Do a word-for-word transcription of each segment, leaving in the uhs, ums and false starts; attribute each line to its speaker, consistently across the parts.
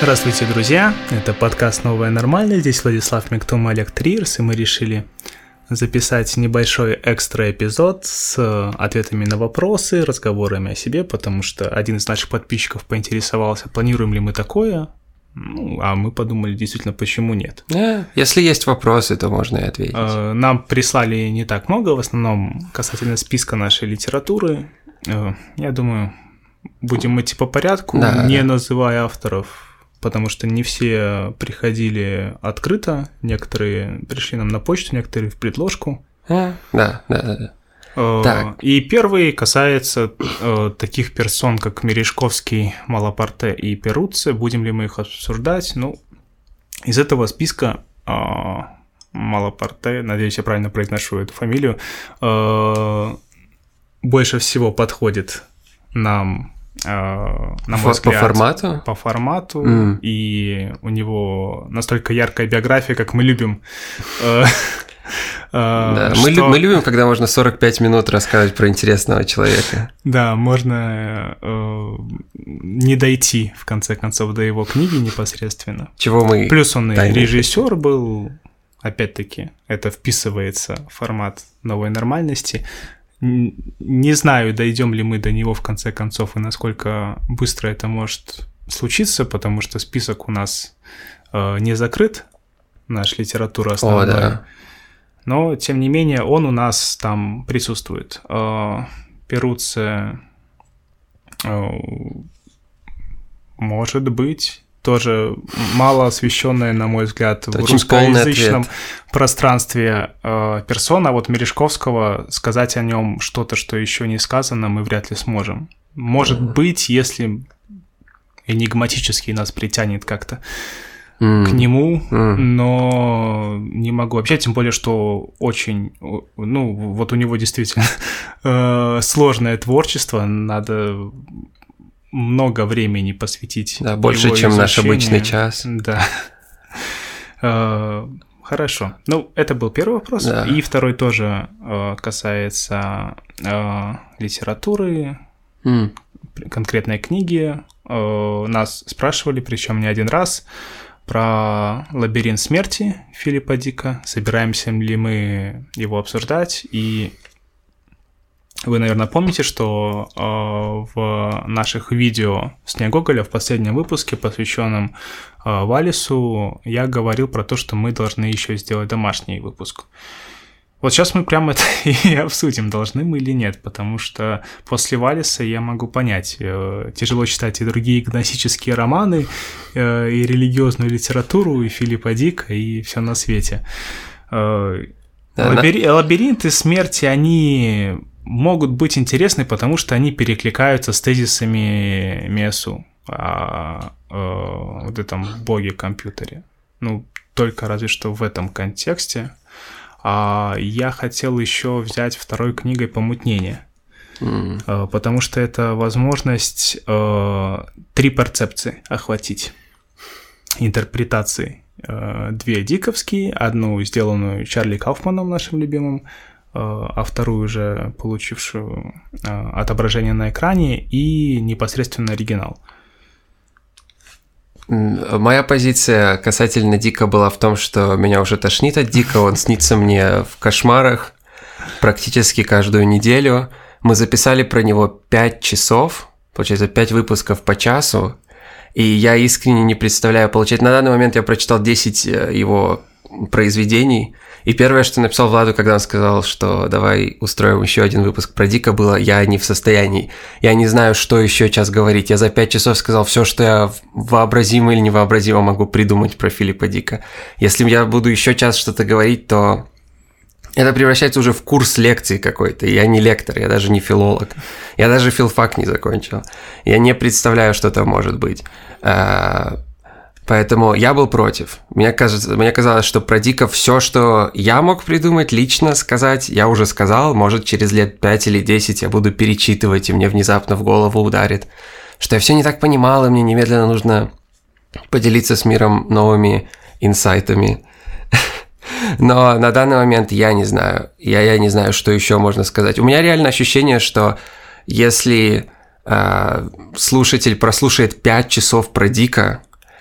Speaker 1: Здравствуйте, друзья! Это подкаст «Новое нормально». Здесь Владислав Мектум и Олег Триерс, и мы решили записать небольшой экстра эпизод с ответами на вопросы, разговорами о себе, потому что один из наших подписчиков поинтересовался, планируем ли мы такое, ну, а мы подумали, действительно, почему нет.
Speaker 2: Yeah, если есть вопросы, то можно и ответить.
Speaker 1: Нам прислали не так много, в основном касательно списка нашей литературы. Я думаю, будем идти по порядку, да. Не называя авторов, потому что не все приходили открыто, некоторые пришли нам на почту, некоторые в предложку.
Speaker 2: А, да, да, да. да.
Speaker 1: Э,
Speaker 2: так.
Speaker 1: И первый касается э, таких персон, как Мережковский, Малапарте и Перуцци. Будем ли мы их обсуждать? Ну, из этого списка э, Малапарте, надеюсь, я правильно произношу эту фамилию, э, больше всего подходит нам. На мой
Speaker 2: по,
Speaker 1: взгляд,
Speaker 2: по формату?
Speaker 1: По формату,
Speaker 2: mm.
Speaker 1: и у него настолько яркая биография, как мы любим.
Speaker 2: Да, мы, мы любим, когда можно сорок пять минут рассказывать про интересного человека.
Speaker 1: Да, можно не дойти, в конце концов, до его книги непосредственно.
Speaker 2: Чего мы...
Speaker 1: Плюс он и режиссер был, опять-таки, это вписывается в формат новой нормальности. Не знаю, дойдем ли мы до него в конце концов и насколько быстро это может случиться, потому что список у нас э, не закрыт, наша литература основная. О, да. Но, тем не менее, он у нас там присутствует. Э, Перуцци, э, может быть... тоже мало освещенная, на мой взгляд, это в русскоязычном пространстве э, персона. Вот Мережковского, сказать о нем что-то, что еще не сказано, мы вряд ли сможем. Может mm-hmm. быть, если энигматически нас притянет как-то mm-hmm. к нему, mm-hmm. но не могу вообще, тем более, что очень, ну, вот у него действительно э, сложное творчество, надо... много времени посвятить.
Speaker 2: Да, больше, чем изучению. Наш обычный час.
Speaker 1: Да. Хорошо. Ну, это был первый вопрос. Да. И второй тоже касается литературы, mm. конкретной книги. Нас спрашивали, причем не один раз, про «Лабиринт смерти» Филиппа Дика. Собираемся ли мы его обсуждать? И вы, наверное, помните, что э, в наших видео «Сне Гоголя» в последнем выпуске, посвященном э, Валлису, я говорил про то, что мы должны еще сделать домашний выпуск. Вот сейчас мы прямо это и обсудим, должны мы или нет, потому что после Валлиса я могу понять, э, тяжело читать и другие гностические романы, э, и религиозную литературу, и Филиппа Дика, и все на свете. Э, да, лабири... на... Лабиринты смерти, они... могут быть интересны, потому что они перекликаются с тезисами Мессу о, о вот этом боге-компьютере. Ну, только разве что в этом контексте. А я хотел еще взять второй книгой «Помутнение», mm. потому что это возможность э, три перцепции охватить, интерпретации. Э, две диковские, одну сделанную Чарли Кауфманом, нашим любимым, а вторую уже получившую отображение на экране и непосредственно оригинал.
Speaker 2: Моя позиция касательно Дика была в том, что меня уже тошнит от Дика, он снится мне в кошмарах практически каждую неделю. Мы записали про него пять часов, получается, пять выпусков по часу, и я искренне не представляю, получается, на данный момент я прочитал десять его произведений, и первое, что написал Владу, когда он сказал, что давай устроим еще один выпуск про Дика, было: я не в состоянии, я не знаю, что еще сейчас говорить, я за пять часов сказал все, что я вообразимо или невообразимо могу придумать про Филиппа Дика. Если я буду еще час что-то говорить, то это превращается уже в курс лекций какой-то. Я не лектор, я даже не филолог, я даже филфак не закончил, я не представляю, что там может быть. Поэтому я был против. Мне кажется, мне казалось, что про Дика все, что я мог придумать, лично сказать, я уже сказал. Может, через лет пять или десять я буду перечитывать, и мне внезапно в голову ударит, что я все не так понимал, и мне немедленно нужно поделиться с миром новыми инсайтами. Но на данный момент я не знаю. Я, я не знаю, что еще можно сказать. У меня реально ощущение, что если э, слушатель прослушает пять часов про Дика,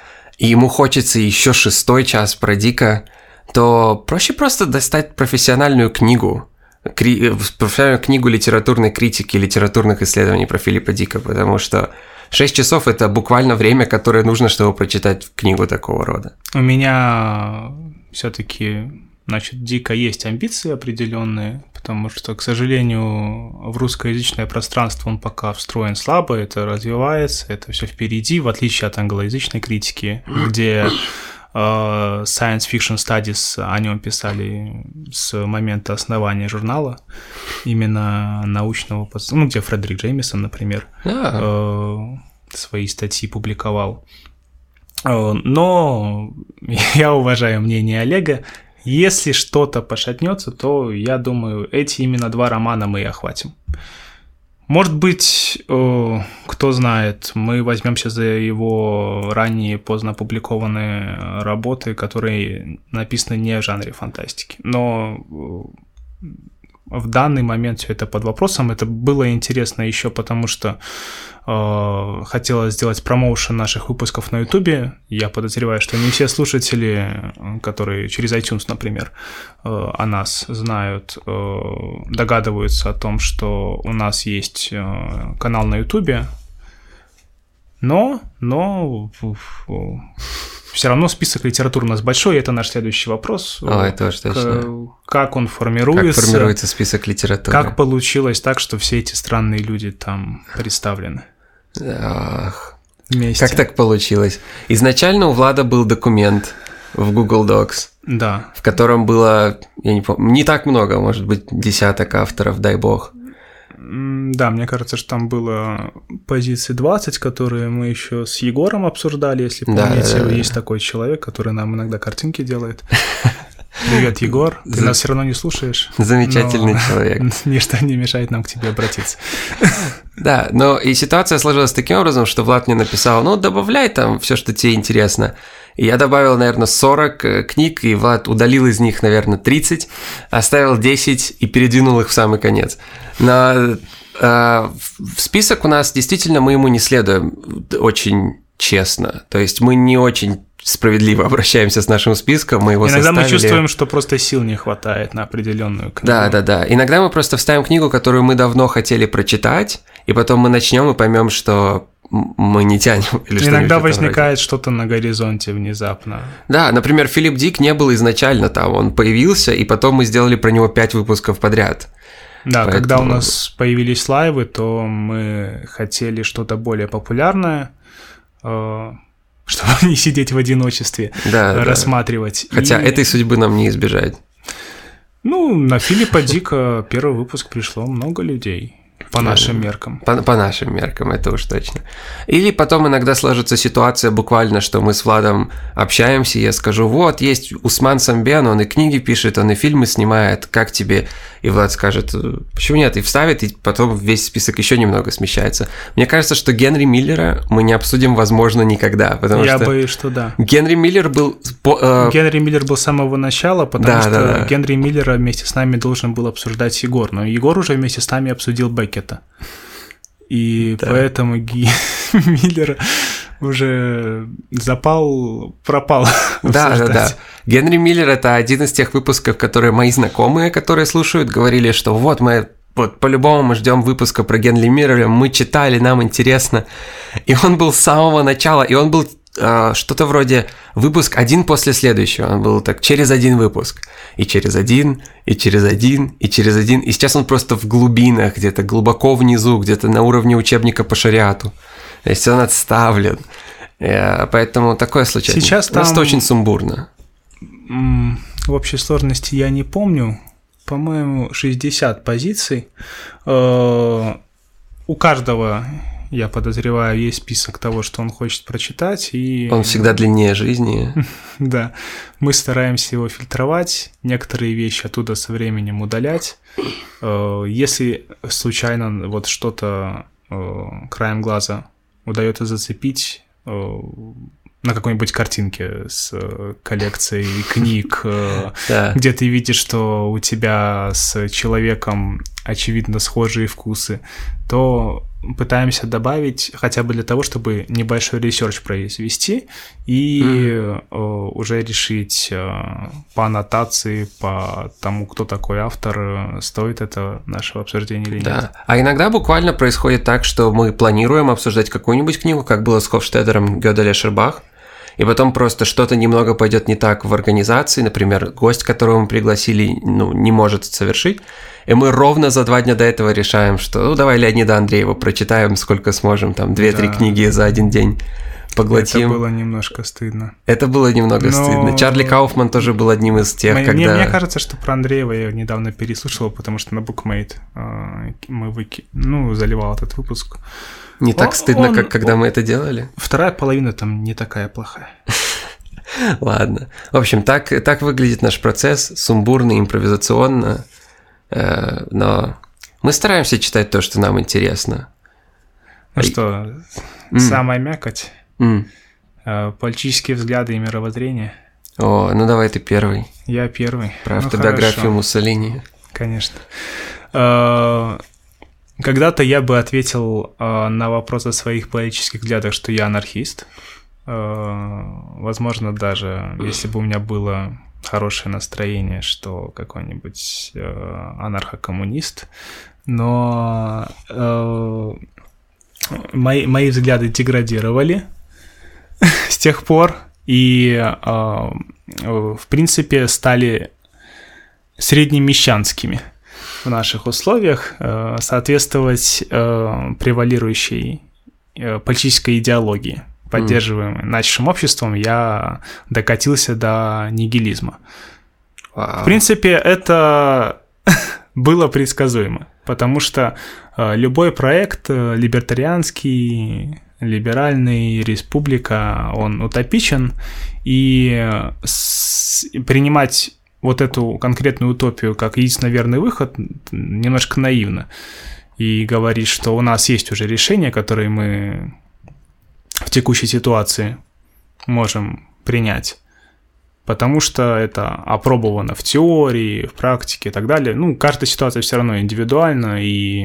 Speaker 2: и ему хочется еще шестой час про Дика, то проще просто достать профессиональную книгу, кри... профессиональную книгу литературной критики, литературных исследований про Филиппа Дика, потому что шесть часов – это буквально время, которое нужно, чтобы прочитать книгу такого рода.
Speaker 1: У меня все-таки, значит, Дика есть амбиции определенные, потому что, к сожалению, в русскоязычное пространство он пока встроен слабо, это развивается, это все впереди, в отличие от англоязычной критики, где uh, Science Fiction Studies о нем писали с момента основания журнала, именно научного, ну, где Фредерик Джеймисон, например, yeah. uh, свои статьи публиковал. Uh, но я уважаю мнение Олега. Если что-то пошатнется, то, я думаю, эти именно два романа мы и охватим. Может быть, кто знает, мы возьмемся за его ранние поздно опубликованные работы, которые написаны не в жанре фантастики. Но в данный момент все это под вопросом. Это было интересно еще потому, что э, хотелось сделать промоушен наших выпусков на Ютубе. Я подозреваю, что не все слушатели, которые через iTunes, например, э, о нас знают, э, догадываются о том, что у нас есть э, канал на Ютубе. Но, но все равно список литературы у нас большой, и это наш следующий вопрос.
Speaker 2: О, это тоже точно.
Speaker 1: Как он формируется?
Speaker 2: Как формируется список литературы?
Speaker 1: Как получилось так, что все эти странные люди там представлены?
Speaker 2: Ах, вместе. Как так получилось? Изначально у Влада был документ в Google Docs,
Speaker 1: да.
Speaker 2: в котором было, я не помню, не так много, может быть, десяток авторов, дай бог.
Speaker 1: Да, мне кажется, что там было позиций двадцать, которые мы еще с Егором обсуждали, если помните, да, да, да. Есть такой человек, который нам иногда картинки делает. Привет, Егор, ты За... нас все равно не слушаешь.
Speaker 2: Замечательный человек.
Speaker 1: Ничто не мешает нам к тебе обратиться.
Speaker 2: Да, но и ситуация сложилась таким образом, что Влад мне написал, ну, добавляй там все, что тебе интересно. И я добавил, наверное, сорок книг, и Влад удалил из них, наверное, тридцать, оставил десять и передвинул их в самый конец. Но э, в список у нас действительно мы ему не следуем очень честно. То есть мы не очень справедливо обращаемся с нашим списком, мы его
Speaker 1: Иногда
Speaker 2: составили...
Speaker 1: мы чувствуем, что просто сил не хватает на определенную книгу.
Speaker 2: Да, да, да. Иногда мы просто вставим книгу, которую мы давно хотели прочитать, и потом мы начнем и поймем, что мы не тянем. Или
Speaker 1: иногда возникает что-то на горизонте внезапно.
Speaker 2: Да, например, Филипп Дик не был изначально там, он появился, и потом мы сделали про него пять выпусков подряд.
Speaker 1: Да, Поэтому... когда у нас появились лайвы, то мы хотели что-то более популярное, чтобы не сидеть в одиночестве, да, рассматривать.
Speaker 2: Да. Хотя и... этой судьбы нам не избежать.
Speaker 1: Ну, на Филиппа Дика первый выпуск пришло много людей. По нашим меркам.
Speaker 2: По, по нашим меркам, это уж точно. Или потом иногда сложится ситуация буквально, что мы с Владом общаемся, и я скажу, вот, есть Усман Самбен, он и книги пишет, он и фильмы снимает, как тебе? И Влад скажет, почему нет? И вставит, и потом весь список еще немного смещается. Мне кажется, что Генри Миллера мы не обсудим, возможно, никогда. Потому
Speaker 1: я
Speaker 2: что
Speaker 1: боюсь, что да.
Speaker 2: Генри Миллер был...
Speaker 1: Э... Генри Миллер был с самого начала, потому
Speaker 2: да,
Speaker 1: что
Speaker 2: да, да.
Speaker 1: Генри Миллера вместе с нами должен был обсуждать Егор, но Егор уже вместе с нами обсудил Беккета. И да. Поэтому Ги Миллер уже запал, пропал.
Speaker 2: Да, да, да. Генри Миллер – это один из тех выпусков, которые мои знакомые, которые слушают, говорили, что вот мы вот по-любому мы ждем выпуска про Генри Миллера, мы читали, нам интересно. И он был с самого начала, и он был э, что-то вроде выпуск один после следующего. Он был так через один выпуск. И через один, и через один, и через один. И сейчас он просто в глубинах, где-то глубоко внизу, где-то на уровне учебника по шариату. То есть он отставлен. И, поэтому такое случается.
Speaker 1: Сейчас там...
Speaker 2: Просто очень сумбурно.
Speaker 1: В общей сложности я не помню. По-моему, шестьдесят позиций. У каждого, я подозреваю, есть список того, что он хочет прочитать. И...
Speaker 2: Он всегда длиннее жизни.
Speaker 1: Да. Мы стараемся его фильтровать, некоторые вещи оттуда со временем удалять. Если случайно вот что-то краем глаза удается зацепить на какой-нибудь картинке с коллекцией книг, да. Где ты видишь, что у тебя с человеком очевидно, схожие вкусы, то пытаемся добавить хотя бы для того, чтобы небольшой ресерч произвести и mm. уже решить по аннотации, по тому, кто такой автор, стоит это нашего обсуждения или
Speaker 2: да.
Speaker 1: нет.
Speaker 2: А иногда буквально происходит так, что мы планируем обсуждать какую-нибудь книгу, как было с Хофштедтером Гёдель Эшербах, и потом просто что-то немного пойдет не так в организации, например, гость, которого мы пригласили, ну, не может совершить, и мы ровно за два дня до этого решаем, что ну давай Леонида Андреева прочитаем сколько сможем, там две-три да. книги за один день поглотим.
Speaker 1: Это было немножко стыдно.
Speaker 2: Это было немного Но... стыдно. Чарли Кауфман тоже был одним из тех,
Speaker 1: мне,
Speaker 2: когда...
Speaker 1: Мне кажется, что про Андреева я недавно переслушал, потому что на BookMate э, мы выки... ну, заливал этот выпуск.
Speaker 2: Не так
Speaker 1: он,
Speaker 2: стыдно,
Speaker 1: он,
Speaker 2: как когда
Speaker 1: он...
Speaker 2: мы это делали?
Speaker 1: Вторая половина там не такая плохая.
Speaker 2: Ладно. В общем, так, так выглядит наш процесс, сумбурно, импровизационно, э, но мы стараемся читать то, что нам интересно.
Speaker 1: Ну и... что, mm. самая мякоть, mm. э, политические взгляды и мировоззрение.
Speaker 2: О, ну давай ты первый.
Speaker 1: Я первый.
Speaker 2: Про автобиографию
Speaker 1: ну,
Speaker 2: Муссолини.
Speaker 1: Конечно. Э, когда-то я бы ответил э, на вопрос о своих политических взглядах, что я анархист. Возможно, даже если бы у меня было хорошее настроение, что какой-нибудь э, анархокоммунист, но э, мои, мои взгляды деградировали с тех пор и, э, в принципе, стали среднемещанскими в наших условиях, э, соответствовать э, превалирующей э, политической идеологии, поддерживаемый начавшим обществом, я докатился до нигилизма. Wow. В принципе, это было предсказуемо, потому что э, любой проект э, либертарианский, либеральный, республика, он утопичен, и э, с, принимать вот эту конкретную утопию как единственно верный выход немножко наивно. И говорить, что у нас есть уже решения, которые мы в текущей ситуации можем принять, потому что это опробовано в теории, в практике и так далее. Ну, каждая ситуация все равно индивидуальна, и,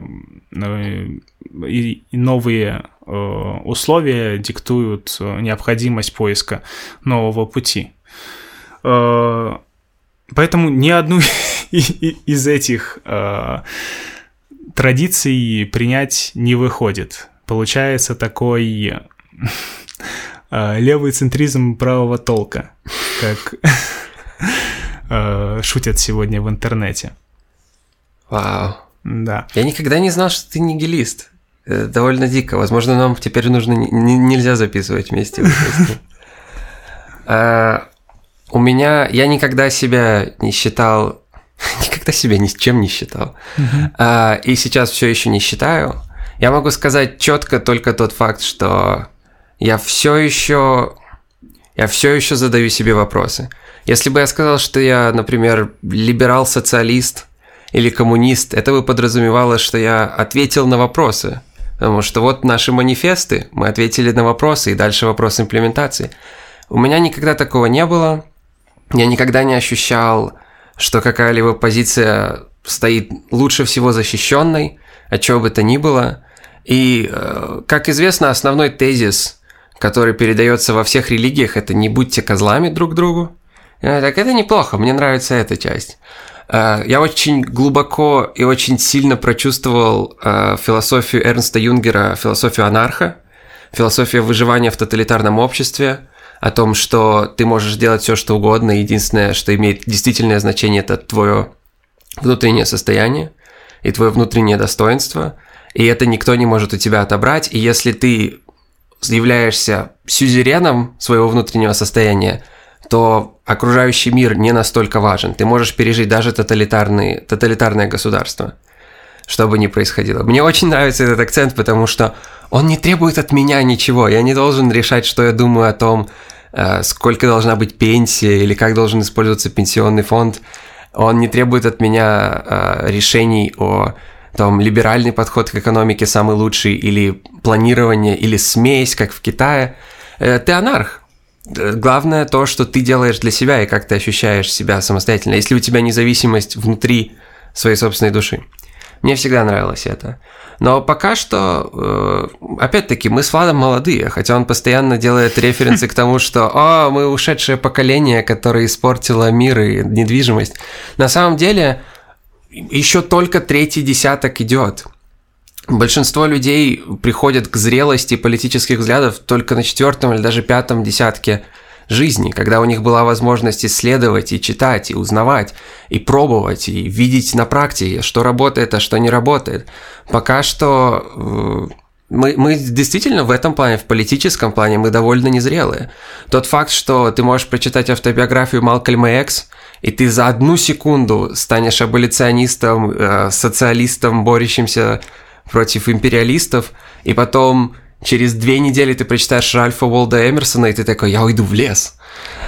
Speaker 1: и, и новые э, условия диктуют необходимость поиска нового пути. Э, поэтому ни одну из этих э, традиций принять не выходит. Получается такой э, левый центризм правого толка, как э, шутят сегодня в интернете.
Speaker 2: Вау.
Speaker 1: Да.
Speaker 2: Я никогда не знал, что ты нигилист. Это довольно дико. Возможно, нам теперь нужно нельзя записывать вместе. У меня... Я никогда себя не считал... Никогда себя ни с чем не считал. И сейчас все еще не считаю. Я могу сказать четко только тот факт, что я все еще, я все еще задаю себе вопросы. Если бы я сказал, что я, например, либерал-социалист или коммунист, это бы подразумевало, что я ответил на вопросы. Потому что вот наши манифесты, мы ответили на вопросы, и дальше вопрос имплементации. У меня никогда такого не было. Я никогда не ощущал, что какая-либо позиция стоит лучше всего защищенной, от чего бы то ни было. И, как известно, основной тезис, который передается во всех религиях, это «не будьте козлами друг другу». Так это неплохо, мне нравится эта часть. Я очень глубоко и очень сильно прочувствовал философию Эрнста Юнгера, философию анарха, философию выживания в тоталитарном обществе, о том, что ты можешь делать все, что угодно, единственное, что имеет действительное значение, это твое внутреннее состояние и твое внутреннее достоинство, и это никто не может у тебя отобрать, и если ты являешься сюзереном своего внутреннего состояния, то окружающий мир не настолько важен. Ты можешь пережить даже тоталитарные, тоталитарное государство, что бы ни происходило. Мне очень нравится этот акцент, потому что он не требует от меня ничего. Я не должен решать, что я думаю о том, сколько должна быть пенсия или как должен использоваться пенсионный фонд. Он не требует от меня решений о том, либеральный подход к экономике самый лучший, или планирование, или смесь, как в Китае. Ты анарх. Главное то, что ты делаешь для себя и как ты ощущаешь себя самостоятельно, если у тебя независимость внутри своей собственной души. Мне всегда нравилось это. Но пока что, опять-таки, мы с Владом молодые, хотя он постоянно делает референсы к тому, что «О, мы ушедшее поколение, которое испортило мир и недвижимость». На самом деле, еще только третий десяток идет. Большинство людей приходят к зрелости политических взглядов только на четвертом или даже пятом десятке жизни, когда у них была возможность исследовать и читать, и узнавать, и пробовать, и видеть на практике, что работает, а что не работает. Пока что мы, мы действительно в этом плане, в политическом плане, мы довольно незрелые. Тот факт, что ты можешь прочитать автобиографию Малкольма Икс, и ты за одну секунду станешь аболиционистом, э, социалистом, борющимся против империалистов, и потом через две недели ты прочитаешь Ральфа Уолда Эмерсона, и ты такой, я уйду в лес.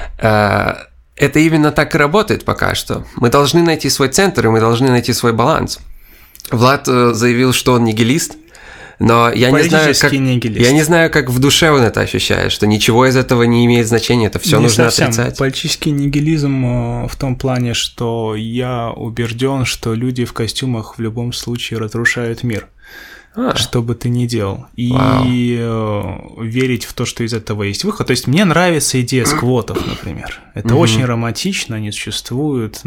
Speaker 2: Это именно так и работает пока что. Мы должны найти свой центр, и мы должны найти свой баланс. Влад заявил, что он нигилист, но я не знаю, как, я не знаю, как в душе он это ощущает, что ничего из этого не имеет значения, это все
Speaker 1: не
Speaker 2: нужно
Speaker 1: совсем.
Speaker 2: Отрицать.
Speaker 1: Политический нигилизм в том плане, что я убежден, что люди в костюмах в любом случае разрушают мир. А. Что бы ты ни делал. И Вау. верить в то, что из этого есть выход. То есть мне нравится идея сквотов, например. Это угу. очень романтично, они существуют,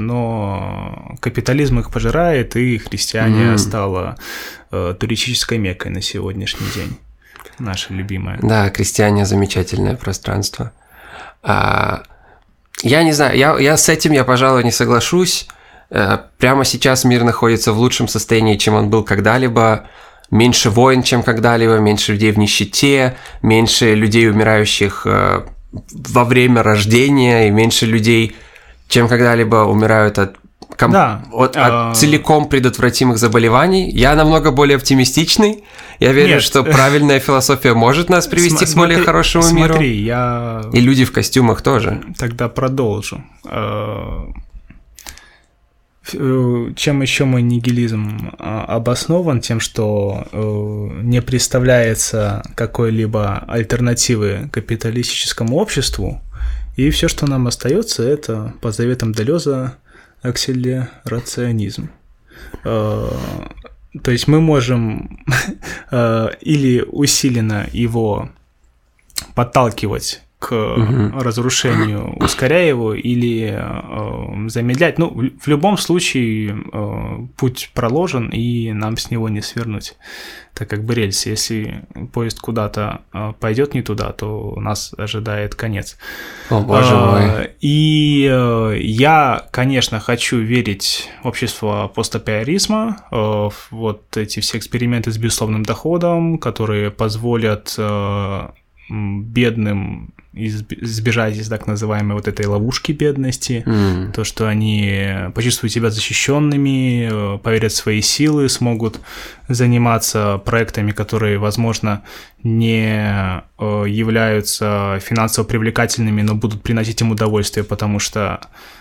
Speaker 1: но капитализм их пожирает, и христиане угу. стало э, туристической меккой на сегодняшний день. Наша любимая.
Speaker 2: Да, крестьяне замечательное пространство. А, я не знаю, я, я с этим, я, пожалуй, не соглашусь. Прямо сейчас мир находится в лучшем состоянии, чем он был когда-либо. Меньше войн, чем когда-либо, меньше людей в нищете, меньше людей, умирающих э, во время рождения, и меньше людей, чем когда-либо умирают от, ком-
Speaker 1: да.
Speaker 2: от, от целиком предотвратимых заболеваний. Я намного более оптимистичный. Я верю, Нет. что правильная философия может нас привести См- к более
Speaker 1: смотри,
Speaker 2: хорошему
Speaker 1: смотри,
Speaker 2: миру.
Speaker 1: Смотри, я...
Speaker 2: И люди в костюмах тоже.
Speaker 1: Тогда продолжу. Чем еще мой нигилизм обоснован? Тем, что не представляется какой-либо альтернативы капиталистическому обществу, и все, что нам остается, это по заветам Делеза акселерационизм. То есть мы можем или усиленно его подталкивать к угу. разрушению, ускоряя его или э, замедлять. Ну, в, в любом случае э, путь проложен, и нам с него не свернуть. Так как бы рельсы, если поезд куда-то э, пойдет не туда, то нас ожидает конец.
Speaker 2: О, боже мой. Э,
Speaker 1: и э, я, конечно, хочу верить в общество постапиаризма, э, вот эти все эксперименты с безусловным доходом, которые позволят э, бедным избежать из так называемой вот этой ловушки бедности, mm. то, что они почувствуют себя защищенными, поверят в свои силы, смогут заниматься проектами, которые, возможно, не являются финансово привлекательными, но будут приносить им удовольствие, потому что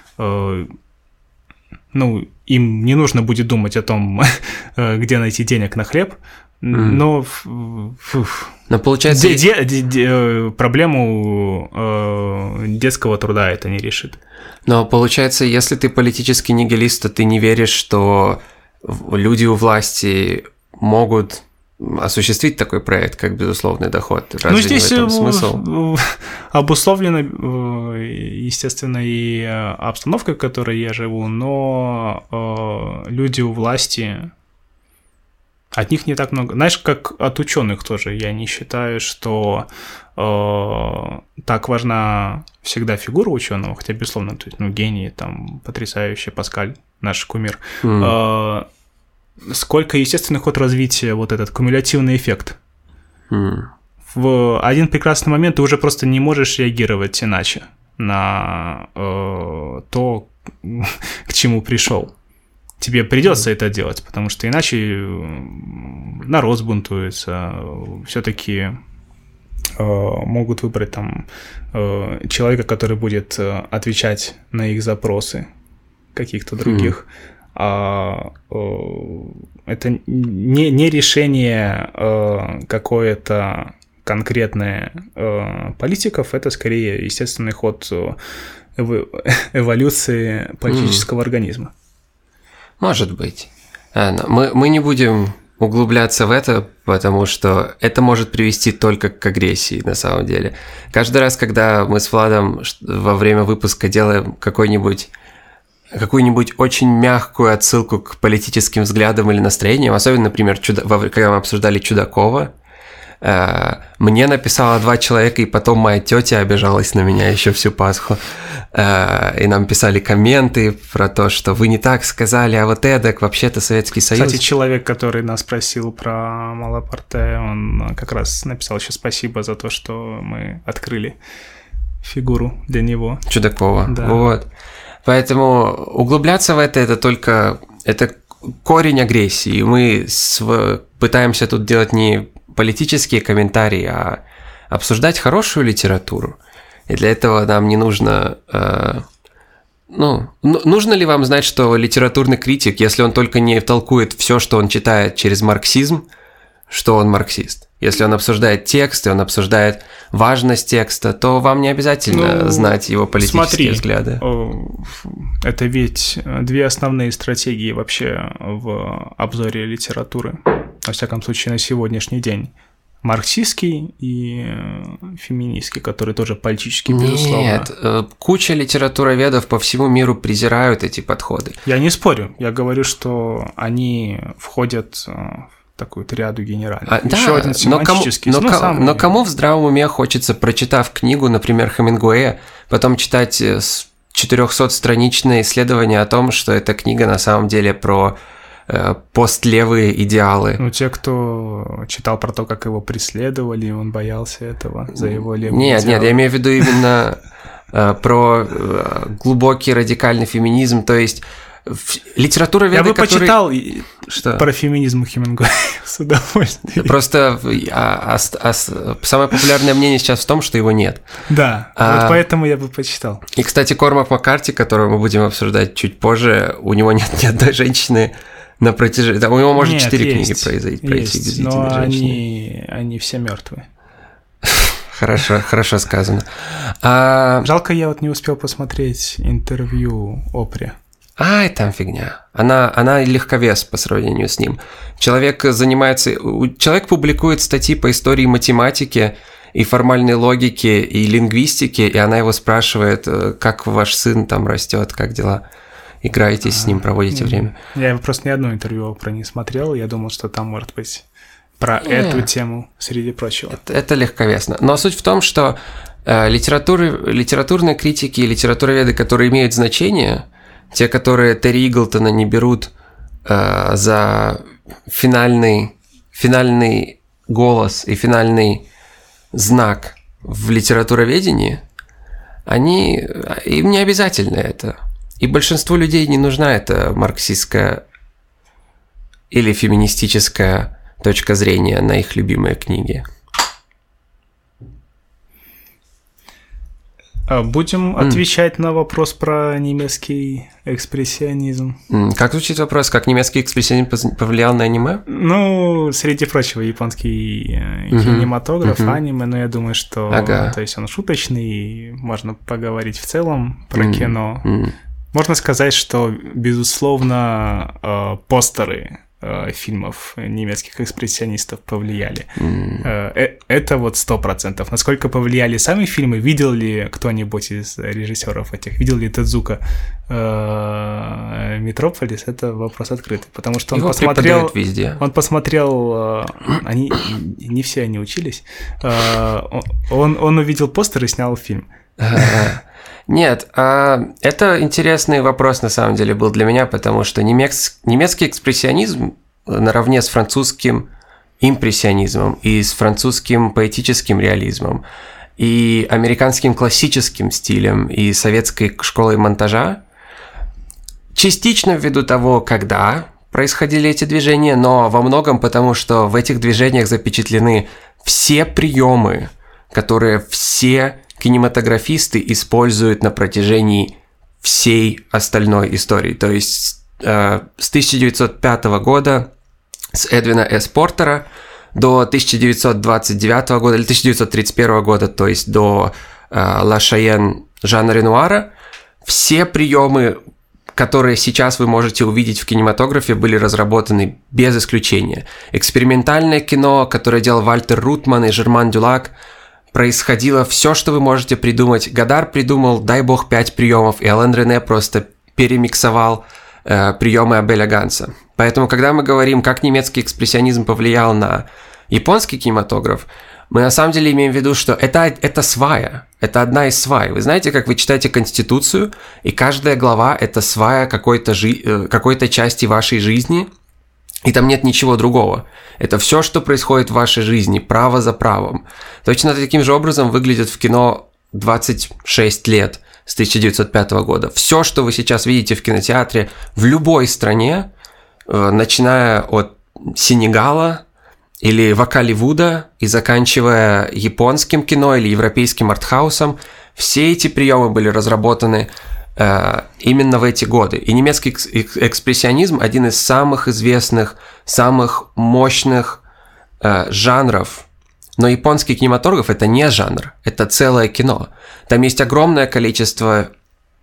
Speaker 1: ну, им не нужно будет думать о том, где найти денег на хлеб, mm. но... Фух,
Speaker 2: Но получается...
Speaker 1: Де- де- де- де- проблему э, детского труда это не решит.
Speaker 2: Но получается, если ты политический нигилист, то ты не веришь, что люди у власти могут осуществить такой проект, как безусловный доход. Разве
Speaker 1: ну, здесь
Speaker 2: не в этом смысл?
Speaker 1: Обусловлено, естественно, и обстановкой, в которой я живу, но э, люди у власти... От них не так много. Знаешь, как от ученых тоже. Я не считаю, что э, так важна всегда фигура ученого, хотя, безусловно, то есть, ну, гений, там, потрясающий Паскаль, наш кумир. Mm. Э, сколько естественный ход развития, вот этот кумулятивный эффект. Mm. В один прекрасный момент ты уже просто не можешь реагировать иначе на э, то, к чему пришел. Тебе придется это делать, потому что иначе народ сбунтуется, все-таки э, могут выбрать там э, человека, который будет отвечать на их запросы каких-то других. Mm. А, э, это не, не решение э, какое-то конкретное э, политиков, это скорее естественный ход эв- эволюции политического mm. организма.
Speaker 2: Может быть. Мы, мы не будем углубляться в это, потому что это может привести только к агрессии на самом деле. Каждый раз, когда мы с Владом во время выпуска делаем какой-нибудь какую-нибудь очень мягкую отсылку к политическим взглядам или настроениям, особенно, например, чудо... когда мы обсуждали Чудакова, мне написало два человека, и потом моя тетя обижалась на меня еще всю Пасху. И нам писали комменты про то, что вы не так сказали, а вот эдак, вообще-то Советский Союз.
Speaker 1: Кстати, человек, который нас спросил про Малапарте, он как раз написал еще спасибо за то, что мы открыли фигуру для него.
Speaker 2: Чудакова,
Speaker 1: да.
Speaker 2: Вот. Поэтому углубляться в это, это только... Это корень агрессии. И мы с... пытаемся тут делать не политические комментарии, а обсуждать хорошую литературу. И для этого нам не нужно... Э, ну, нужно ли вам знать, что литературный критик, если он только не толкует все, что он читает через марксизм, что он марксист? Если он обсуждает текст, и он обсуждает важность текста, то вам не обязательно ну, знать его политические
Speaker 1: смотри,
Speaker 2: взгляды.
Speaker 1: Это ведь две основные стратегии вообще в обзоре литературы, во всяком случае, на сегодняшний день. Марксистский и феминистский, который тоже политический, безусловно.
Speaker 2: Нет, куча литературоведов по всему миру презирают эти подходы.
Speaker 1: Я не спорю, я говорю, что они входят в такую триаду генеральную.
Speaker 2: А, Еще да, один семантический. Но, кому, но, ну, самый... но кому в здравом уме хочется, прочитав книгу, например, Хемингуэя, потом читать четырехсотстраничное исследование о том, что эта книга на самом деле про э, постлевые идеалы?
Speaker 1: Ну, те, кто читал про то, как его преследовали, он боялся этого за его левые
Speaker 2: Нет,
Speaker 1: идеалы.
Speaker 2: нет, я имею в виду именно э, про э, глубокий радикальный феминизм, то есть литература веды,
Speaker 1: Я бы
Speaker 2: который...
Speaker 1: почитал
Speaker 2: что?
Speaker 1: Про феминизм Хемингуэя с удовольствием.
Speaker 2: Просто а, а, а, самое популярное мнение сейчас в том, что его нет.
Speaker 1: Да, а, вот поэтому я бы почитал.
Speaker 2: И, кстати, Кормак Маккарти, которого мы будем обсуждать чуть позже, у него нет ни одной женщины на протяжении... Да, у него может четыре книги пройти без единой
Speaker 1: но
Speaker 2: женщины.
Speaker 1: Они, они все мертвые.
Speaker 2: Хорошо, хорошо сказано. А...
Speaker 1: Жалко, я вот не успел посмотреть интервью Опри.
Speaker 2: Ай, там фигня. Она, она легковес по сравнению с ним. Человек занимается... Человек публикует статьи по истории математики и формальной логики, и лингвистики, и она его спрашивает, как ваш сын там растет, как дела. Играете с ним, проводите время.
Speaker 1: Я просто ни одно интервью про не смотрел, я думал, что там может быть про не. эту тему, среди прочего.
Speaker 2: Это, это легковесно. Но суть в том, что э, литературы, литературные критики и литературоведы, которые имеют значение... Те, которые Терри Иглтона не берут э, за финальный, финальный голос и финальный знак в литературоведении, они, им не обязательно это. И большинству людей не нужна эта марксистская или феминистическая точка зрения на их любимые книги.
Speaker 1: Будем mm. отвечать на вопрос про немецкий экспрессионизм.
Speaker 2: Mm. Как звучит вопрос, как немецкий экспрессионизм повлиял на аниме?
Speaker 1: Ну, среди прочего, японский mm-hmm. кинематограф, mm-hmm. аниме, но я думаю, что
Speaker 2: ага.
Speaker 1: то есть он шуточный, и можно поговорить в целом про mm-hmm. кино.
Speaker 2: Mm-hmm.
Speaker 1: Можно сказать, что, безусловно, постеры фильмов немецких экспрессионистов повлияли. Mm. Это вот сто процентов. Насколько повлияли сами фильмы? Видел ли кто-нибудь из режиссеров этих? Видел ли Тедзука Метрополис? Это вопрос открытый. Потому что он
Speaker 2: Его
Speaker 1: посмотрел...
Speaker 2: везде.
Speaker 1: Он посмотрел... Они, не все они учились. Он, он увидел постер и снял фильм.
Speaker 2: Нет, это интересный вопрос на самом деле был для меня, потому что немец... немецкий экспрессионизм наравне с французским импрессионизмом и с французским поэтическим реализмом и американским классическим стилем и советской школой монтажа частично ввиду того, когда происходили эти движения, но во многом потому, что в этих движениях запечатлены все приемы, которые все кинематографисты используют на протяжении всей остальной истории. То есть э, с тысяча девятьсот пятого года, с Эдвина С. Портера, до тысяча девятьсот двадцать девятого года или тысяча девятьсот тридцать первого года, то есть до э, Ла Шайен Жана Ренуара, все приемы, которые сейчас вы можете увидеть в кинематографе, были разработаны без исключения. Экспериментальное кино, которое делал Вальтер Рутман и Жерман Дюлак, происходило все, что вы можете придумать. Годар придумал, дай бог, пять приемов, и Ален Рене просто перемиксовал э, приемы Абеля Ганса. Поэтому, когда мы говорим, как немецкий экспрессионизм повлиял на японский кинематограф, мы на самом деле имеем в виду, что это, это свая, это одна из свай. Вы знаете, как вы читаете Конституцию, и каждая глава – это свая какой-то, жи- какой-то части вашей жизни, и там нет ничего другого. Это все, что происходит в вашей жизни, право за правом. Точно таким же образом выглядит в кино двадцать шесть лет с тысяча девятьсот пятого года. Все, что вы сейчас видите в кинотеатре в любой стране, начиная от Сенегала или Вакаливуда и заканчивая японским кино или европейским артхаусом, все эти приемы были разработаны э, именно в эти годы. И немецкий экспрессионизм – один из самых известных, самых мощных э, жанров. Но японский кинематограф – это не жанр, это целое кино. Там есть огромное количество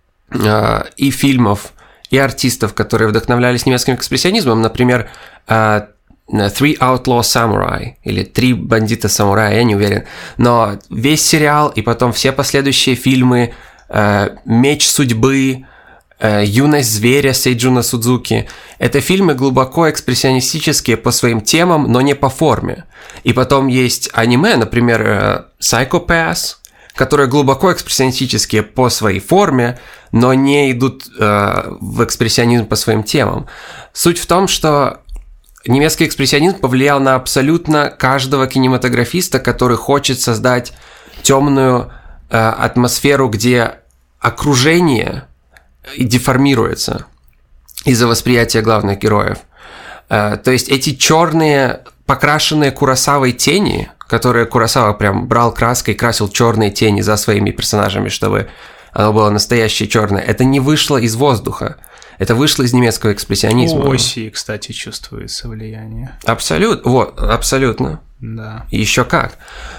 Speaker 2: э, и фильмов, и артистов, которые вдохновлялись немецким экспрессионизмом. Например, э, Three Outlaw Samurai или Три бандита самурая, я не уверен. Но весь сериал и потом все последующие фильмы э, «Меч судьбы», э, «Юность зверя» Сейджуна Судзуки – это фильмы глубоко экспрессионистические по своим темам, но не по форме. И потом есть аниме, например, э, Psycho Pass, которые глубоко экспрессионистические по своей форме, но не идут э, в экспрессионизм по своим темам. Суть в том, что немецкий экспрессионизм повлиял на абсолютно каждого кинематографиста, который хочет создать темную э, атмосферу, где окружение деформируется из-за восприятия главных героев. Э, то есть эти черные, покрашенные Куросавой тени, которые Куросава прям брал краской и красил черные тени за своими персонажами, чтобы оно было настоящее черное, это не вышло из воздуха. Это вышло из немецкого экспрессионизма.
Speaker 1: У Оси, кстати, чувствуется влияние.
Speaker 2: Абсолютно, вот, абсолютно.
Speaker 1: Да.
Speaker 2: И еще как.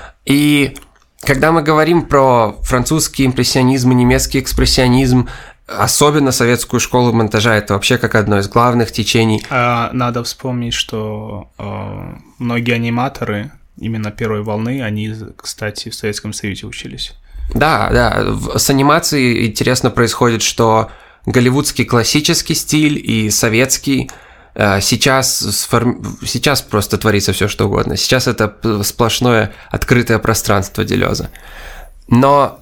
Speaker 2: И когда мы говорим про французский импрессионизм и немецкий экспрессионизм, особенно советскую школу монтажа, это вообще как одно из главных течений.
Speaker 1: А, надо вспомнить, что э, многие аниматоры именно первой волны, они, кстати, в Советском Союзе учились.
Speaker 2: Да, да. С анимацией интересно происходит, что голливудский классический стиль и советский сейчас, сформ... сейчас просто творится все что угодно. Сейчас это сплошное открытое пространство Делеза. Но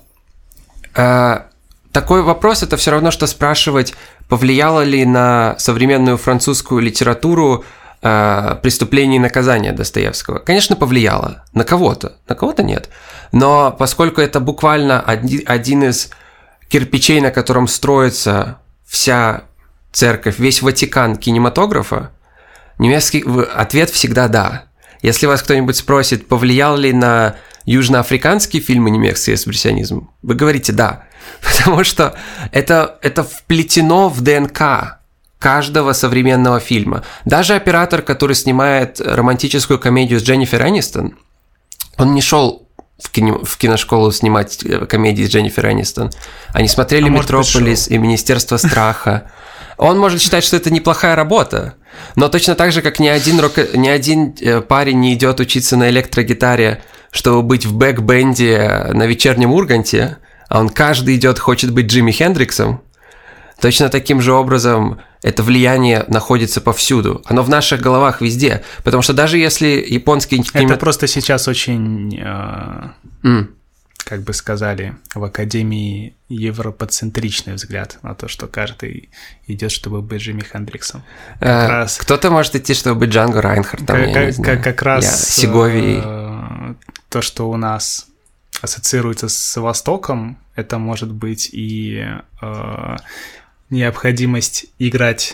Speaker 2: э, такой вопрос – это все равно, что спрашивать, повлияло ли на современную французскую литературу э, «Преступление и наказание» Достоевского. Конечно, повлияло. На кого-то. На кого-то нет. Но поскольку это буквально один, один из кирпичей, на котором строится вся церковь, весь Ватикан кинематографа, немецкий ответ всегда «да». Если вас кто-нибудь спросит, повлиял ли на южноафриканские фильмы немецкий экспрессионизм, вы говорите «да», потому что это, это вплетено в ДНК каждого современного фильма. Даже оператор, который снимает романтическую комедию с Дженнифер Энистон, он не шел в, кино, в киношколу снимать комедии с Дженнифер Энистон. Они смотрели а «Метрополис» и «Министерство страха». Он может считать, что это неплохая работа, но точно так же, как ни один, рок... ни один парень не идет учиться на электрогитаре, чтобы быть в бэк-бенде на вечернем Урганте, а он каждый идет, хочет быть Джимми Хендриксом, точно таким же образом это влияние находится повсюду. Оно в наших головах везде. Потому что даже если японский...
Speaker 1: Это просто сейчас очень, э, mm. как бы сказали, в Академии европоцентричный взгляд на то, что каждый идет, чтобы быть Джимми Хендриксом.
Speaker 2: Э, раз... Кто-то может идти, чтобы быть Джанго Райнхартом,
Speaker 1: как,
Speaker 2: я
Speaker 1: как,
Speaker 2: не знаю.
Speaker 1: Как раз
Speaker 2: я... Сеговией.
Speaker 1: Э, то, что у нас ассоциируется с Востоком, это может быть и... Э, необходимость играть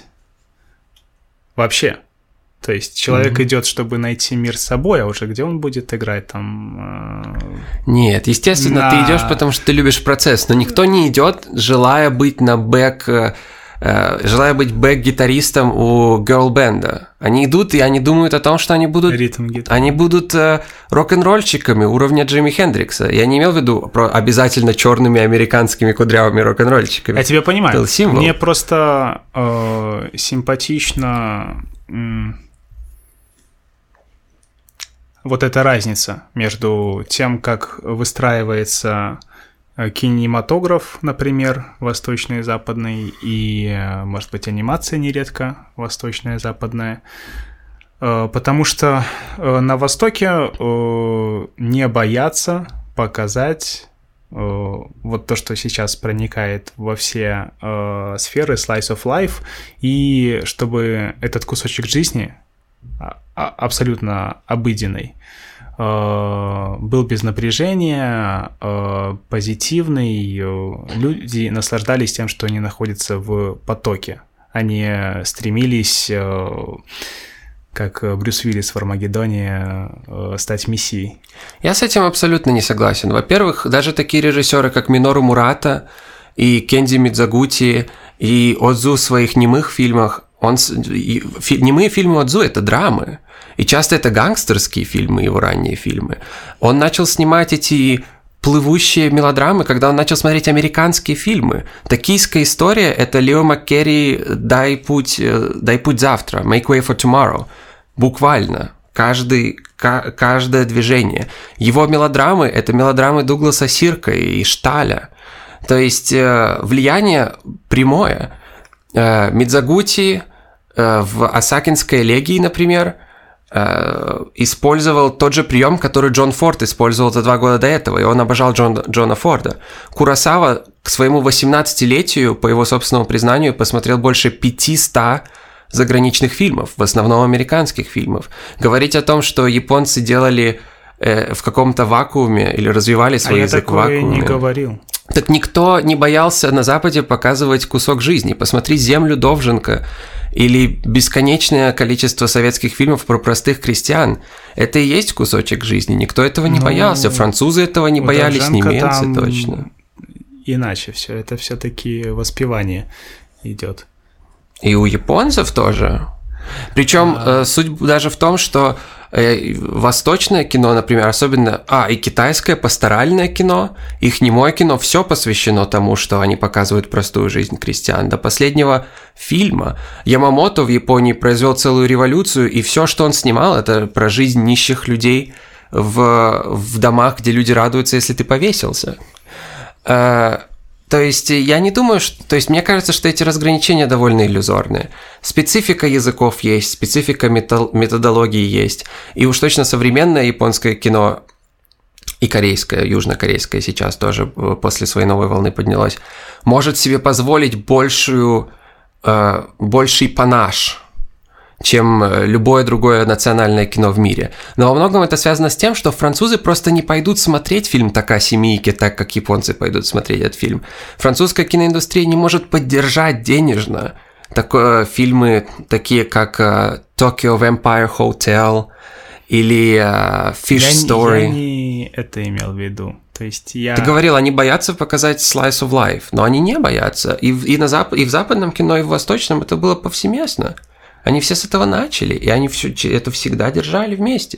Speaker 1: вообще. То есть человек mm-hmm. идет, чтобы найти мир с собой, а уже где он будет играть там? Э...
Speaker 2: Нет, естественно, на... ты идешь, потому что ты любишь процесс, но никто не идет, желая быть на бэк желая быть бэк-гитаристом у герл-бенда. Они идут, и они думают о том, что они будут, они будут рок-н-ролльщиками уровня Джимми Хендрикса. Я не имел в виду про обязательно черными американскими кудрявыми рок-н-ролльщиками.
Speaker 1: Я тебя понимаю. Мне просто э, симпатично м- вот эта разница между тем, как выстраивается кинематограф, например, восточный и западный, и, может быть, анимация нередко восточная и западная, потому что на Востоке не боятся показать вот то, что сейчас проникает во все сферы, slice of life, и чтобы этот кусочек жизни, абсолютно обыденный, был без напряжения, позитивный, люди наслаждались тем, что они находятся в потоке. Они стремились, как Брюс Уиллис в «Армагеддоне», стать мессией.
Speaker 2: Я с этим абсолютно не согласен. Во-первых, даже такие режиссеры, как Минору Мурата и Кенди Мидзагути и Одзу в своих немых фильмах, он, фи, немые фильмы Одзу – это драмы. И часто это гангстерские фильмы, его ранние фильмы. Он начал снимать эти плывущие мелодрамы, когда он начал смотреть американские фильмы. «Токийская история» — это Лео Маккерри «Дай путь, дай путь завтра», «Make way for tomorrow». Буквально. Каждый, к- каждое движение. Его мелодрамы — это мелодрамы Дугласа Сирка и Шталя. То есть влияние прямое. Мидзагути в «Осакинской элегии», например, использовал тот же прием, который Джон Форд использовал за два года до этого, и он обожал Джон, Джона Форда. Куросава к своему восемнадцатилетию, по его собственному признанию, посмотрел больше пятьсот заграничных фильмов, в основном американских фильмов. Говорить о том, что японцы делали э, в каком-то вакууме или развивали свой
Speaker 1: а
Speaker 2: язык в вакууме...
Speaker 1: я такое не говорил.
Speaker 2: Так никто не боялся на Западе показывать кусок жизни. Посмотри «Землю Довженко» или бесконечное количество советских фильмов про простых крестьян. Это и есть кусочек жизни. Никто этого не ну, боялся. Французы этого не боялись, немцы точно.
Speaker 1: Иначе все. Это все-таки воспевание идет.
Speaker 2: И у японцев тоже. Причем а... э, суть даже в том, что э, восточное кино, например, особенно, а, и китайское пасторальное кино, их немое кино, все посвящено тому, что они показывают простую жизнь крестьян. До последнего фильма Ямамото в Японии произвел целую революцию, и все, что он снимал, это про жизнь нищих людей в, в домах, где люди радуются, если ты повесился. Э, То есть я не думаю, что... То есть мне кажется, что эти разграничения довольно иллюзорные. Специфика языков есть, специфика методологии есть. И уж точно современное японское кино и корейское, южнокорейское сейчас тоже после своей новой волны поднялось, может себе позволить большую, э, больший панаж, чем любое другое национальное кино в мире. Но во многом это связано с тем, что французы просто не пойдут смотреть фильм «Такаси Миики» так, как японцы пойдут смотреть этот фильм. Французская киноиндустрия не может поддержать денежно такое, фильмы, такие как «Tokyo Vampire Hotel» или «Fish
Speaker 1: я
Speaker 2: Story».
Speaker 1: Я не это имел в виду. То есть я...
Speaker 2: Ты говорил, они боятся показать «Slice of Life», но они не боятся. И в, и на зап... и в западном кино, и в восточном это было повсеместно. Они все с этого начали, и они все это всегда держали вместе.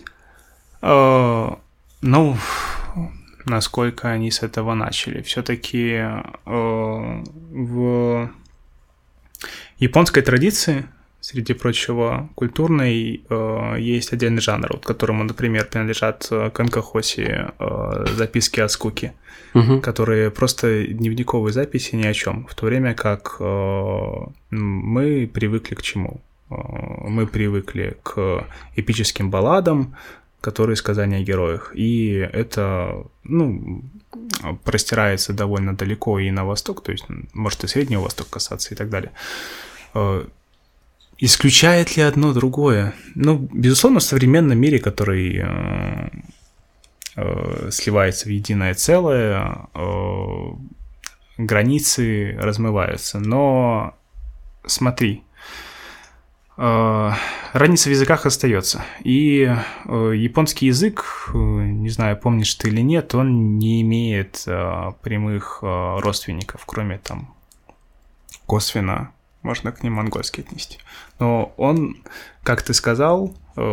Speaker 1: Uh, ну, насколько они с этого начали? Все-таки uh, в японской традиции, среди прочего, культурной, uh, есть отдельный жанр, вот, которому, например, принадлежат канкахоси, uh, записки о скуке, uh-huh. которые просто дневниковые записи ни о чем, в то время как uh, мы привыкли к чему? Мы привыкли к эпическим балладам, которые сказания о героях. И это, ну, простирается довольно далеко и на восток, то есть может и Среднего Востока касаться и так далее. Исключает ли одно другое? Ну, безусловно, в современном мире, который э, э, сливается в единое целое, э, границы размываются. Но смотри, разница в языках остается. И японский язык, не знаю, помнишь ты или нет, он не имеет прямых родственников, кроме там косвенно можно к ним монгольский отнести. Но он, как ты сказал,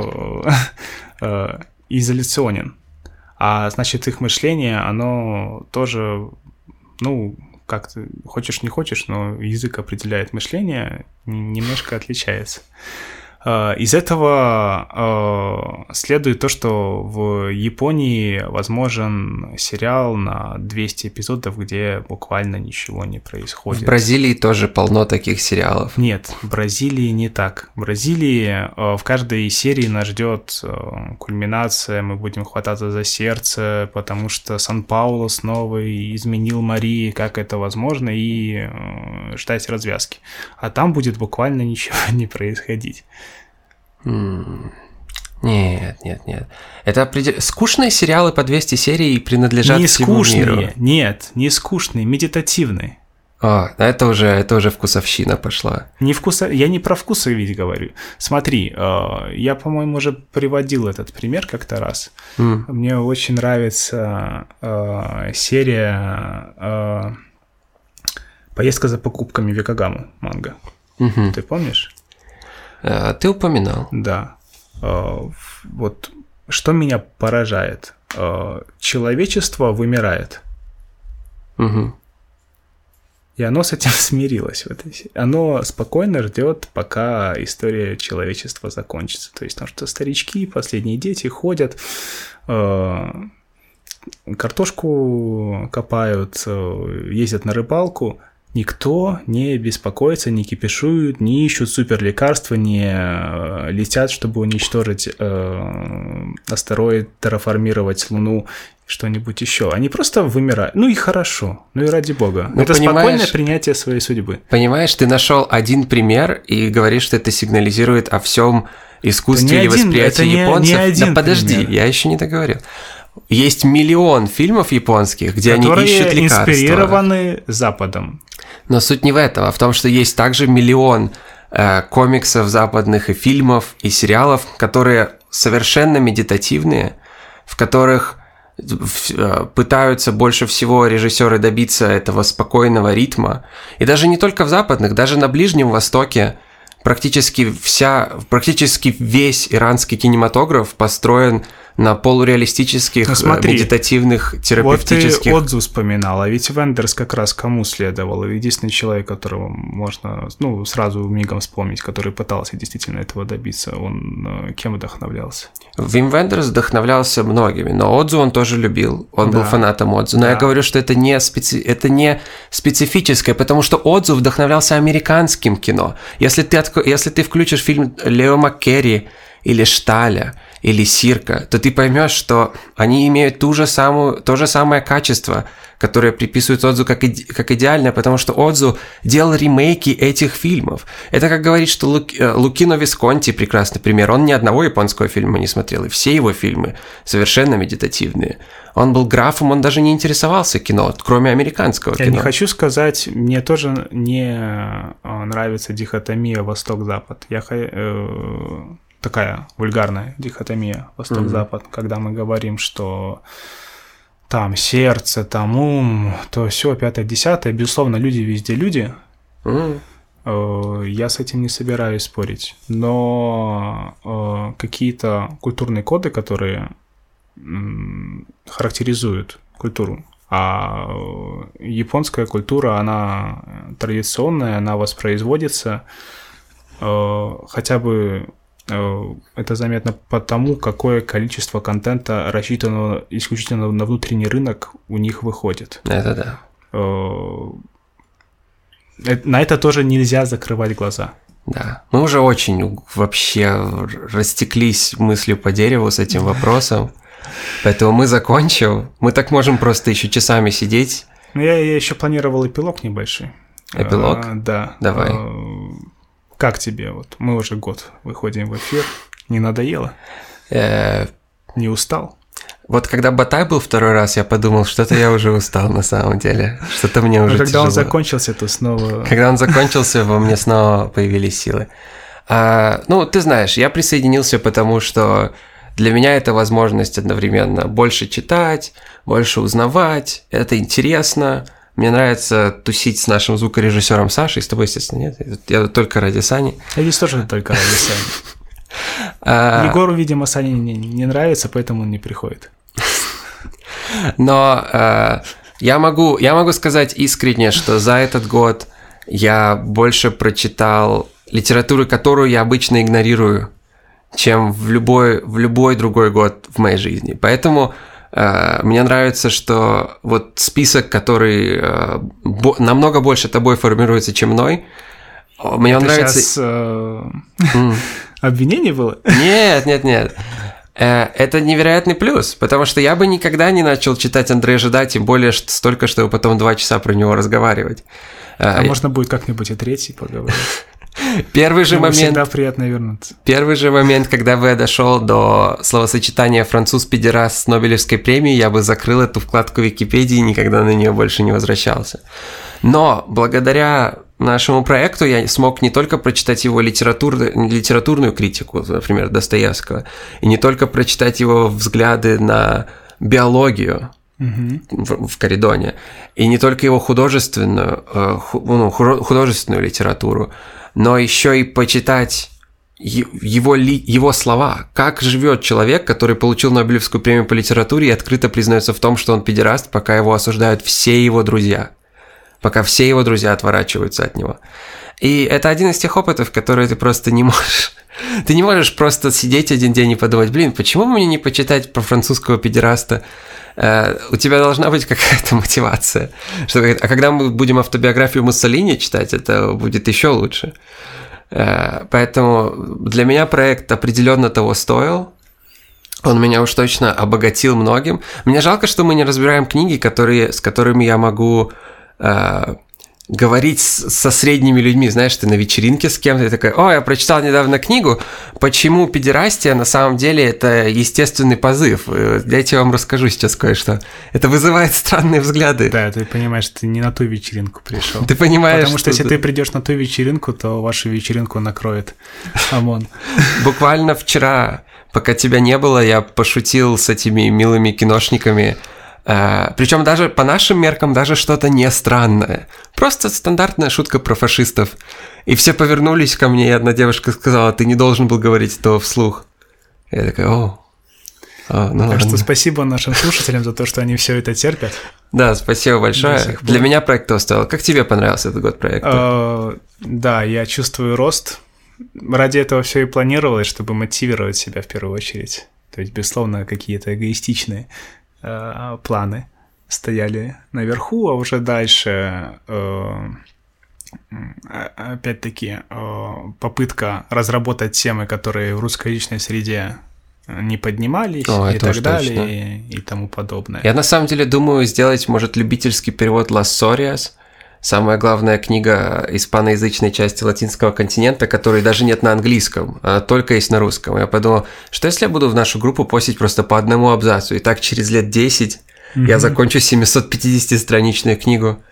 Speaker 1: изоляционен. А значит, их мышление, оно тоже, ну, как ты хочешь, не хочешь, но язык определяет мышление, немножко отличается. Из этого следует то, что в Японии возможен сериал на двести эпизодов, где буквально ничего не происходит.
Speaker 2: В Бразилии тоже полно таких сериалов.
Speaker 1: Нет, в Бразилии не так. В Бразилии в каждой серии нас ждет кульминация, мы будем хвататься за сердце, потому что Сан-Пауло снова изменил Марии, как это возможно, и ждать развязки. А там будет буквально ничего не происходить.
Speaker 2: Нет, нет, нет. Это определ... скучные сериалы по двести серий принадлежат
Speaker 1: не
Speaker 2: всему миру.
Speaker 1: Не скучные, нет, не скучные, медитативные.
Speaker 2: О, это уже, это уже вкусовщина пошла.
Speaker 1: Не вкусо... Я не про вкусы ведь говорю. Смотри, я, по-моему, уже приводил этот пример как-то раз. Mm. Мне очень нравится серия «Поездка за покупками Викагаму» манга. Mm-hmm. Ты помнишь?
Speaker 2: Ты упоминал.
Speaker 1: Да. Вот что меня поражает. Человечество вымирает.
Speaker 2: Угу.
Speaker 1: И оно с этим смирилось. Оно спокойно ждет, пока история человечества закончится. То есть, потому что старички, последние дети ходят, картошку копают, ездят на рыбалку. Никто не беспокоится, не кипишуют, не ищут суперлекарства, не летят, чтобы уничтожить э, астероид, терраформировать Луну, что-нибудь еще. Они просто вымирают. Ну и хорошо, ну и ради бога. Ну, это спокойное принятие своей судьбы.
Speaker 2: Понимаешь, ты нашел один пример и говоришь, что это сигнализирует о всем искусстве или восприятии японцев.
Speaker 1: Не один
Speaker 2: да подожди,
Speaker 1: пример.
Speaker 2: Я еще не договорил. Есть миллион фильмов японских, где
Speaker 1: которые
Speaker 2: они ищут лекарства.
Speaker 1: Инспирированы Западом.
Speaker 2: Но суть не в этом, а в том, что есть также миллион э, комиксов западных и фильмов, и сериалов, которые совершенно медитативные, в которых в, э, пытаются больше всего режиссеры добиться этого спокойного ритма. И даже не только в западных, даже на Ближнем Востоке практически вся, практически весь иранский кинематограф построен на полуреалистических, ну, смотри, медитативных, терапевтических...
Speaker 1: Вот ты Одзу вспоминал, а ведь Вендерс как раз кому следовал? Единственный человек, которого можно, ну, сразу мигом вспомнить, который пытался действительно этого добиться, он кем вдохновлялся?
Speaker 2: Вим Вендерс вдохновлялся многими, но Одзу он тоже любил, он да. был фанатом Одзу. Но да. я говорю, что это не, специ... это не специфическое, потому что Одзу вдохновлялся американским кино. Если ты, отк... Если ты включишь фильм Лео Маккерри или Шталя, или Сирка, то ты поймешь, что они имеют ту же самую, то же самое качество, которое приписывают Одзу как, иде, как идеальное, потому что Одзу делал ремейки этих фильмов. Это как говорить, что Лук, Лукино Висконти прекрасный пример. Он ни одного японского фильма не смотрел, и все его фильмы совершенно медитативные. Он был графом, он даже не интересовался кино, кроме американского кино.
Speaker 1: Я не хочу сказать, мне тоже не нравится дихотомия Восток-Запад. Я... Э... такая вульгарная дихотомия Восток-Запад, mm-hmm. когда мы говорим, что там сердце, там ум, то все, пятое, десятое. Безусловно, люди везде люди. Mm-hmm. Я с этим не собираюсь спорить. Но какие-то культурные коды, которые характеризуют культуру, а японская культура, она традиционная, она воспроизводится хотя бы. Это заметно потому, какое количество контента, рассчитанного исключительно на внутренний рынок, у них выходит.
Speaker 2: Это да.
Speaker 1: На это тоже нельзя закрывать глаза.
Speaker 2: Да. Мы уже очень вообще растеклись мыслью по дереву с этим вопросом. Поэтому мы закончим. Мы так можем просто еще часами сидеть.
Speaker 1: Ну, я, я еще планировал эпилог небольшой.
Speaker 2: Эпилог?
Speaker 1: А, да.
Speaker 2: Давай.
Speaker 1: А, как тебе? Вот мы уже год выходим в эфир. Не надоело? Не устал?
Speaker 2: Вот когда Батай был второй раз, я подумал, что-то я уже устал на самом деле. Что-то мне уже
Speaker 1: когда
Speaker 2: тяжело.
Speaker 1: он закончился, то снова...
Speaker 2: Когда он закончился, во мне снова появились силы. А, ну, ты знаешь, я присоединился, потому что для меня это возможность одновременно больше читать, больше узнавать. Это интересно. Мне нравится тусить с нашим звукорежиссером Сашей, с тобой, естественно, нет. Я только ради Сани.
Speaker 1: Я здесь тоже только ради Сани. Егору, видимо, Сани не, не нравится, поэтому он не приходит.
Speaker 2: Но э, я, могу, я могу сказать искренне, что за этот год я больше прочитал литературы, которую я обычно игнорирую, чем в любой, в любой другой год в моей жизни. Поэтому э, мне нравится, что вот список, который э, бо- намного больше тобой формируется, чем мной, мне
Speaker 1: Это
Speaker 2: нравится...
Speaker 1: сейчас э... mm. обвинение было?
Speaker 2: Нет, нет, нет. Это невероятный плюс, потому что я бы никогда не начал читать Андрея Жида, тем более что столько, чтобы потом два часа про него разговаривать.
Speaker 1: А, а можно будет как-нибудь и третий поговорить.
Speaker 2: Первый же момент...
Speaker 1: Всегда приятно вернуться.
Speaker 2: Первый же момент, когда бы я дошел до словосочетания «француз-педераст» с Нобелевской премией, я бы закрыл эту вкладку Википедии и никогда на нее больше не возвращался. Но благодаря нашему проекту я смог не только прочитать его литератур... литературную критику, например, Достоевского, и не только прочитать его взгляды на биологию, Uh-huh. в, в Коридоне, и не только его художественную, э, ху, ну, художественную литературу, но еще и почитать его, ли, его слова. Как живет человек, который получил Нобелевскую премию по литературе и открыто признается в том, что он педераст, пока его осуждают все его друзья, пока все его друзья отворачиваются от него. И это один из тех опытов, которые ты просто не можешь... Ты не можешь просто сидеть один день и подумать, блин, почему мне не почитать про французского педераста? Uh, у тебя должна быть какая-то мотивация. Что, а когда мы будем автобиографию Муссолини читать, это будет еще лучше. Uh, поэтому для меня проект определенно того стоил. Он меня уж точно обогатил многим. Мне жалко, что мы не разбираем книги, которые, с которыми я могу... Uh, говорить со средними людьми, знаешь, ты на вечеринке с кем-то, и такой, о, я прочитал недавно книгу, почему педерастия на самом деле это естественный позыв. Дайте я вам расскажу сейчас кое-что. Это вызывает странные взгляды.
Speaker 1: Да, ты понимаешь, ты не на ту вечеринку пришел.
Speaker 2: Ты понимаешь,
Speaker 1: Потому что, что если ты придешь на ту вечеринку, то вашу вечеринку накроет ОМОН.
Speaker 2: Буквально вчера, пока тебя не было, я пошутил с этими милыми киношниками. Uh, причем даже по нашим меркам даже что-то не странное. Просто стандартная шутка про фашистов. И все повернулись ко мне, и одна девушка сказала, ты не должен был говорить этого вслух. Я такая, о, о ну
Speaker 1: так
Speaker 2: ладно.
Speaker 1: что спасибо нашим слушателям за то, что они все это терпят.
Speaker 2: Да, спасибо большое. Для меня проект того стоил. Как тебе понравился этот год проекта?
Speaker 1: Uh, да, я чувствую рост. Ради этого все и планировалось, чтобы мотивировать себя в первую очередь. То есть, безусловно, какие-то эгоистичные планы стояли наверху, а уже дальше э, опять-таки э, попытка разработать темы, которые в русскоязычной среде не поднимались, О, и так далее, и, и тому подобное.
Speaker 2: Я на самом деле думаю сделать, может, любительский перевод «Las Sorias», самая главная книга испаноязычной части латинского континента, которой даже нет на английском, а только есть на русском. Я подумал, что если я буду в нашу группу постить просто по одному абзацу, и так через лет десять mm-hmm. я закончу семьсот пятидесятистраничную книгу,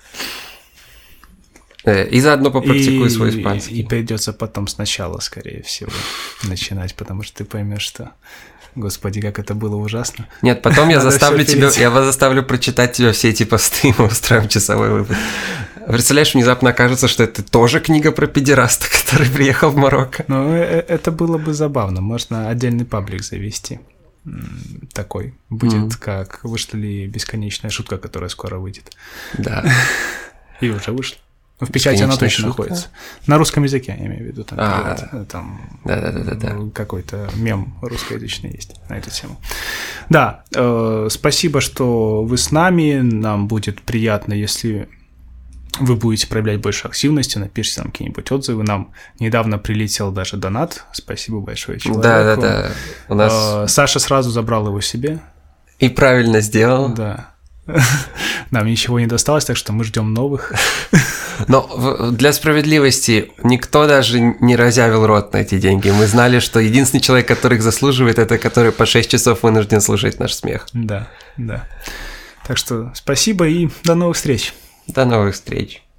Speaker 2: и заодно попрактикую и, свой испанский.
Speaker 1: И, и придется потом сначала, скорее всего, начинать, потому что ты поймешь, что... Господи, как это было ужасно.
Speaker 2: Нет, потом я заставлю тебя, я вас заставлю прочитать тебе все эти посты, и мы устроим часовой выпуск. Представляешь, внезапно окажется, что это тоже книга про педераста, который приехал в Марокко.
Speaker 1: Ну, это было бы забавно. Можно отдельный паблик завести. Такой. Будет mm. как «Вышла ли бесконечная шутка», которая скоро выйдет.
Speaker 2: Да.
Speaker 1: И уже вышла. В печати она точно шутка? Находится. На русском языке, я имею в виду. Там, а, там
Speaker 2: да, да, да, да.
Speaker 1: какой-то мем русскоязычный есть на эту тему. Да, э, спасибо, что вы с нами. Нам будет приятно, если вы будете проявлять больше активности, напишите нам какие-нибудь отзывы. Нам недавно прилетел даже донат. Спасибо большое человеку.
Speaker 2: Да, да, да.
Speaker 1: У нас... э, Саша сразу забрал его себе.
Speaker 2: И правильно сделал.
Speaker 1: Да. Нам ничего не досталось, так что мы ждем новых.
Speaker 2: Но для справедливости никто даже не разявил рот на эти деньги. Мы знали, что единственный человек, который их заслуживает, это который по шесть часов вынужден слушать наш смех.
Speaker 1: Да, да. Так что спасибо и до новых встреч.
Speaker 2: До новых встреч.